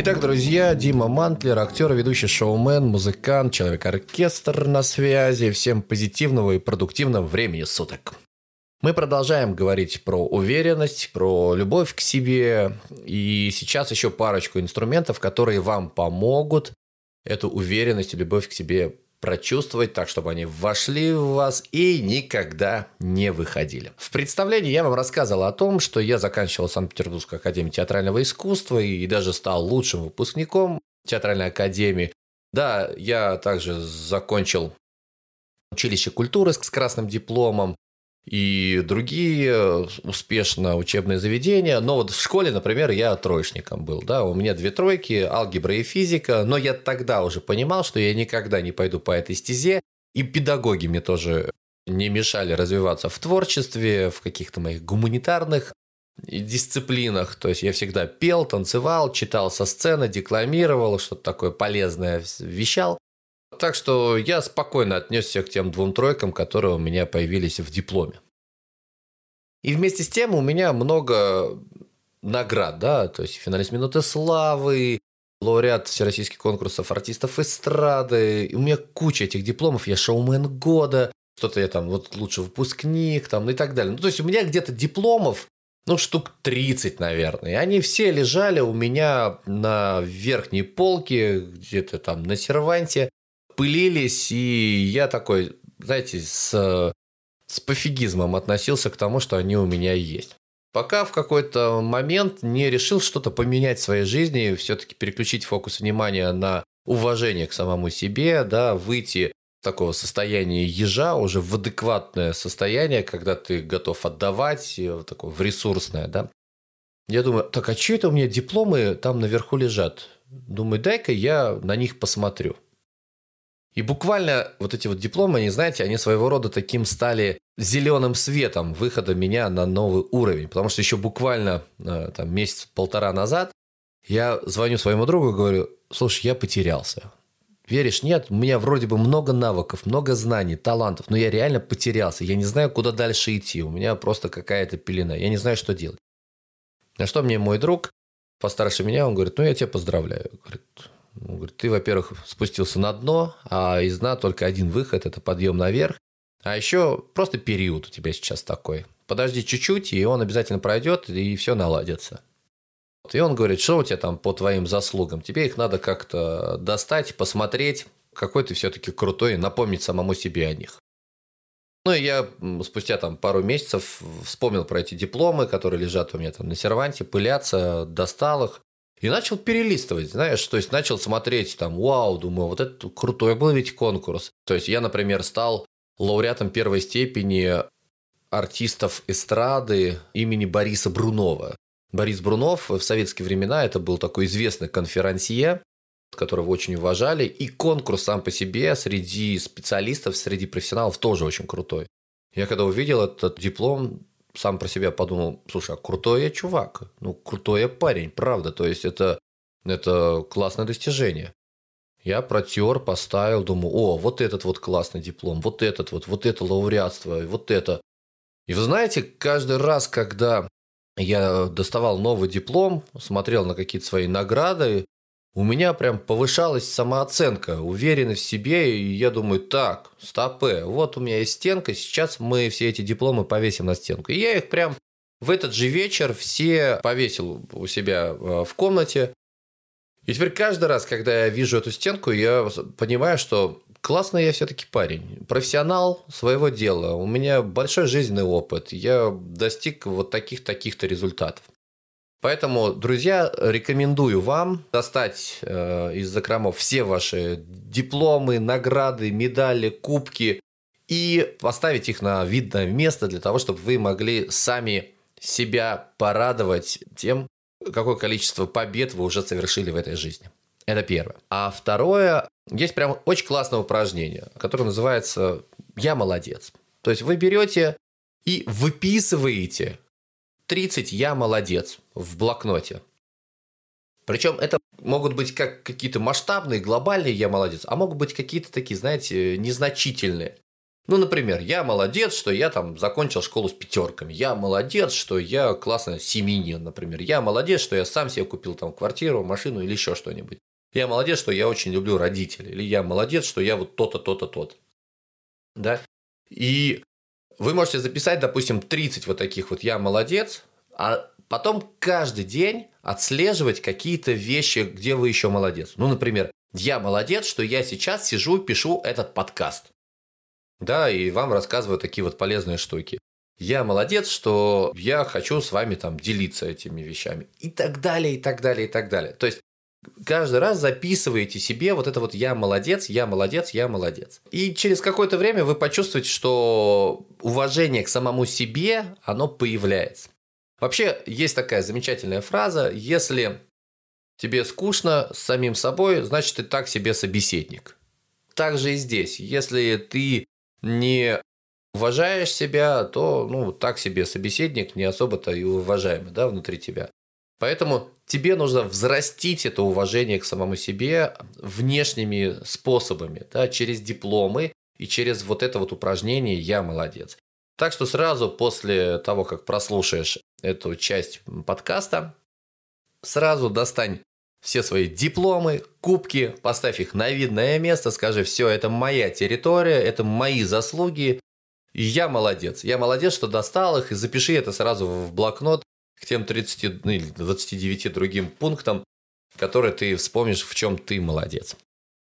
Итак, друзья, Дима Мантлер, актер, ведущий шоумен, музыкант, человек-оркестр на связи. Всем позитивного и продуктивного времени суток. Мы продолжаем говорить про уверенность, про любовь к себе. И сейчас еще парочку инструментов, которые вам помогут эту уверенность и любовь к себе прочувствовать так, чтобы они вошли в вас и никогда не выходили. В представлении я вам рассказывал о том, что я заканчивал Санкт-Петербургскую академию театрального искусства и даже стал лучшим выпускником театральной академии. Да, я также закончил училище культуры с красным дипломом и другие успешно учебные заведения. Но вот в школе, например, я троечником был. Да? У меня 2 тройки, алгебра и физика. Но я тогда уже понимал, что я никогда не пойду по этой стезе. И педагоги мне тоже не мешали развиваться в творчестве, в каких-то моих гуманитарных дисциплинах. То есть я всегда пел, танцевал, читал со сцены, декламировал, что-то такое полезное вещал. Так что я спокойно отнесся к тем 2 тройкам, которые у меня появились в дипломе. И вместе с тем у меня много наград, да, то есть финалист «Минуты славы», лауреат всероссийских конкурсов артистов эстрады. И у меня куча этих дипломов, я шоумен года, что-то я там вот лучший выпускник там, и так далее. Ну, то есть у меня где-то дипломов, штук 30, наверное. И они все лежали у меня на верхней полке, где-то там на серванте. Пылились, и я такой, знаете, с пофигизмом относился к тому, что они у меня есть. Пока в какой-то момент не решил что-то поменять в своей жизни, все-таки переключить фокус внимания на уважение к самому себе, да, выйти из такого состояния ежа уже в адекватное состояние, когда ты готов отдавать, такое в ресурсное, да. Я думаю, так, а что это у меня дипломы там наверху лежат? Думаю, дай-ка я на них посмотрю. И буквально вот эти вот дипломы, они, знаете, они своего рода таким стали зеленым светом выхода меня на новый уровень. Потому что еще буквально там, месяц-полтора назад я звоню своему другу и говорю, слушай, я потерялся. Веришь, нет, у меня вроде бы много навыков, много знаний, талантов, но я реально потерялся. Я не знаю, куда дальше идти. У меня просто какая-то пелена. Я не знаю, что делать. На что мне мой друг, постарше меня, он говорит, я тебя поздравляю. Он говорит, ты, во-первых, спустился на дно, а из дна только один выход – это подъем наверх. А еще просто период у тебя сейчас такой. Подожди чуть-чуть, и он обязательно пройдет, и все наладится. И он говорит, что у тебя там по твоим заслугам? Тебе их надо как-то достать, посмотреть, какой ты все-таки крутой, и напомнить самому себе о них. И я спустя там пару месяцев вспомнил про эти дипломы, которые лежат у меня там на серванте, пылятся, достал их. И начал перелистывать, знаешь, то есть начал смотреть там, вау, думаю, вот это крутой был ведь конкурс. То есть я, например, стал лауреатом 1 степени артистов эстрады имени Бориса Брунова. Борис Брунов в советские времена это был такой известный конферансье, которого очень уважали, и конкурс сам по себе среди специалистов, среди профессионалов тоже очень крутой. Я когда увидел этот диплом, сам про себя подумал, слушай, а крутой я чувак, крутой я парень, правда, то есть это классное достижение. Я протер, поставил, думаю, вот этот вот классный диплом, вот это лауреатство, вот это. И вы знаете, каждый раз, когда я доставал новый диплом, смотрел на какие-то свои награды, у меня прям повышалась самооценка, уверенность в себе, и я думаю, так, стопэ, вот у меня есть стенка, сейчас мы все эти дипломы повесим на стенку. И я их прям в этот же вечер все повесил у себя в комнате. И теперь каждый раз, когда я вижу эту стенку, я понимаю, что классный я все-таки парень, профессионал своего дела, у меня большой жизненный опыт, я достиг вот таких-то результатов. Поэтому, друзья, рекомендую вам достать из закромов все ваши дипломы, награды, медали, кубки и поставить их на видное место для того, чтобы вы могли сами себя порадовать тем, какое количество побед вы уже совершили в этой жизни. Это первое. А второе, есть прям очень классное упражнение, которое называется «Я молодец». То есть вы берете и выписываете 30 «Я молодец» в блокноте. Причем это могут быть как какие-то масштабные, глобальные «Я молодец», а могут быть какие-то такие, знаете, незначительные. Ну, например, я молодец, что я там закончил школу с 5. Я молодец, что я классно семьянин, например. Я молодец, что я сам себе купил там квартиру, машину или еще что-нибудь. Я молодец, что я очень люблю родителей. Или я молодец, что я вот то-то, то-то, то-то. Да? И вы можете записать, допустим, 30 вот таких вот «я молодец», а потом каждый день отслеживать какие-то вещи, где вы еще молодец. Ну, например, я молодец, что я сейчас сижу, пишу этот подкаст. Да, и вам рассказываю такие вот полезные штуки. Я молодец, что я хочу с вами там делиться этими вещами. И так далее, и так далее, и так далее. То есть каждый раз записываете себе вот это вот «я молодец, я молодец, я молодец». И через какое-то время вы почувствуете, что уважение к самому себе, оно появляется. Вообще, есть такая замечательная фраза: если тебе скучно с самим собой, значит, ты так себе собеседник. Так же и здесь. Если ты не уважаешь себя, то так себе собеседник, не особо-то и уважаемый, да, внутри тебя. Поэтому тебе нужно взрастить это уважение к самому себе внешними способами, да, через дипломы и через вот это вот упражнение «я молодец». Так что сразу после того, как прослушаешь эту часть подкаста, сразу достань все свои дипломы, кубки, поставь их на видное место, скажи: все, это моя территория, это мои заслуги, и я молодец. Я молодец, что достал их, и запиши это сразу в блокнот к тем 30 или 29 другим пунктам, которые ты вспомнишь, в чем ты молодец.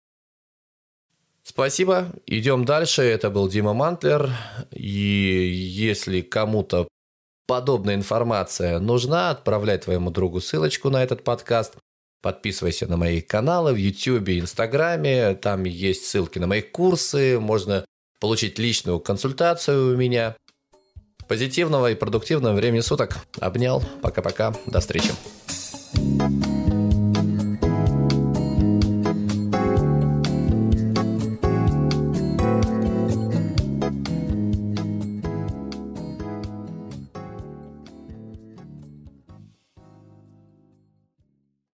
Спасибо, идем дальше. Это был Дима Мантлер. И если кому-то подобная информация нужна, отправляй твоему другу ссылочку на этот подкаст. Подписывайся на мои каналы в YouTube, Инстаграме. Там есть ссылки на мои курсы. Можно получить личную консультацию у меня. Позитивного и продуктивного времени суток. Обнял. Пока-пока. До встречи.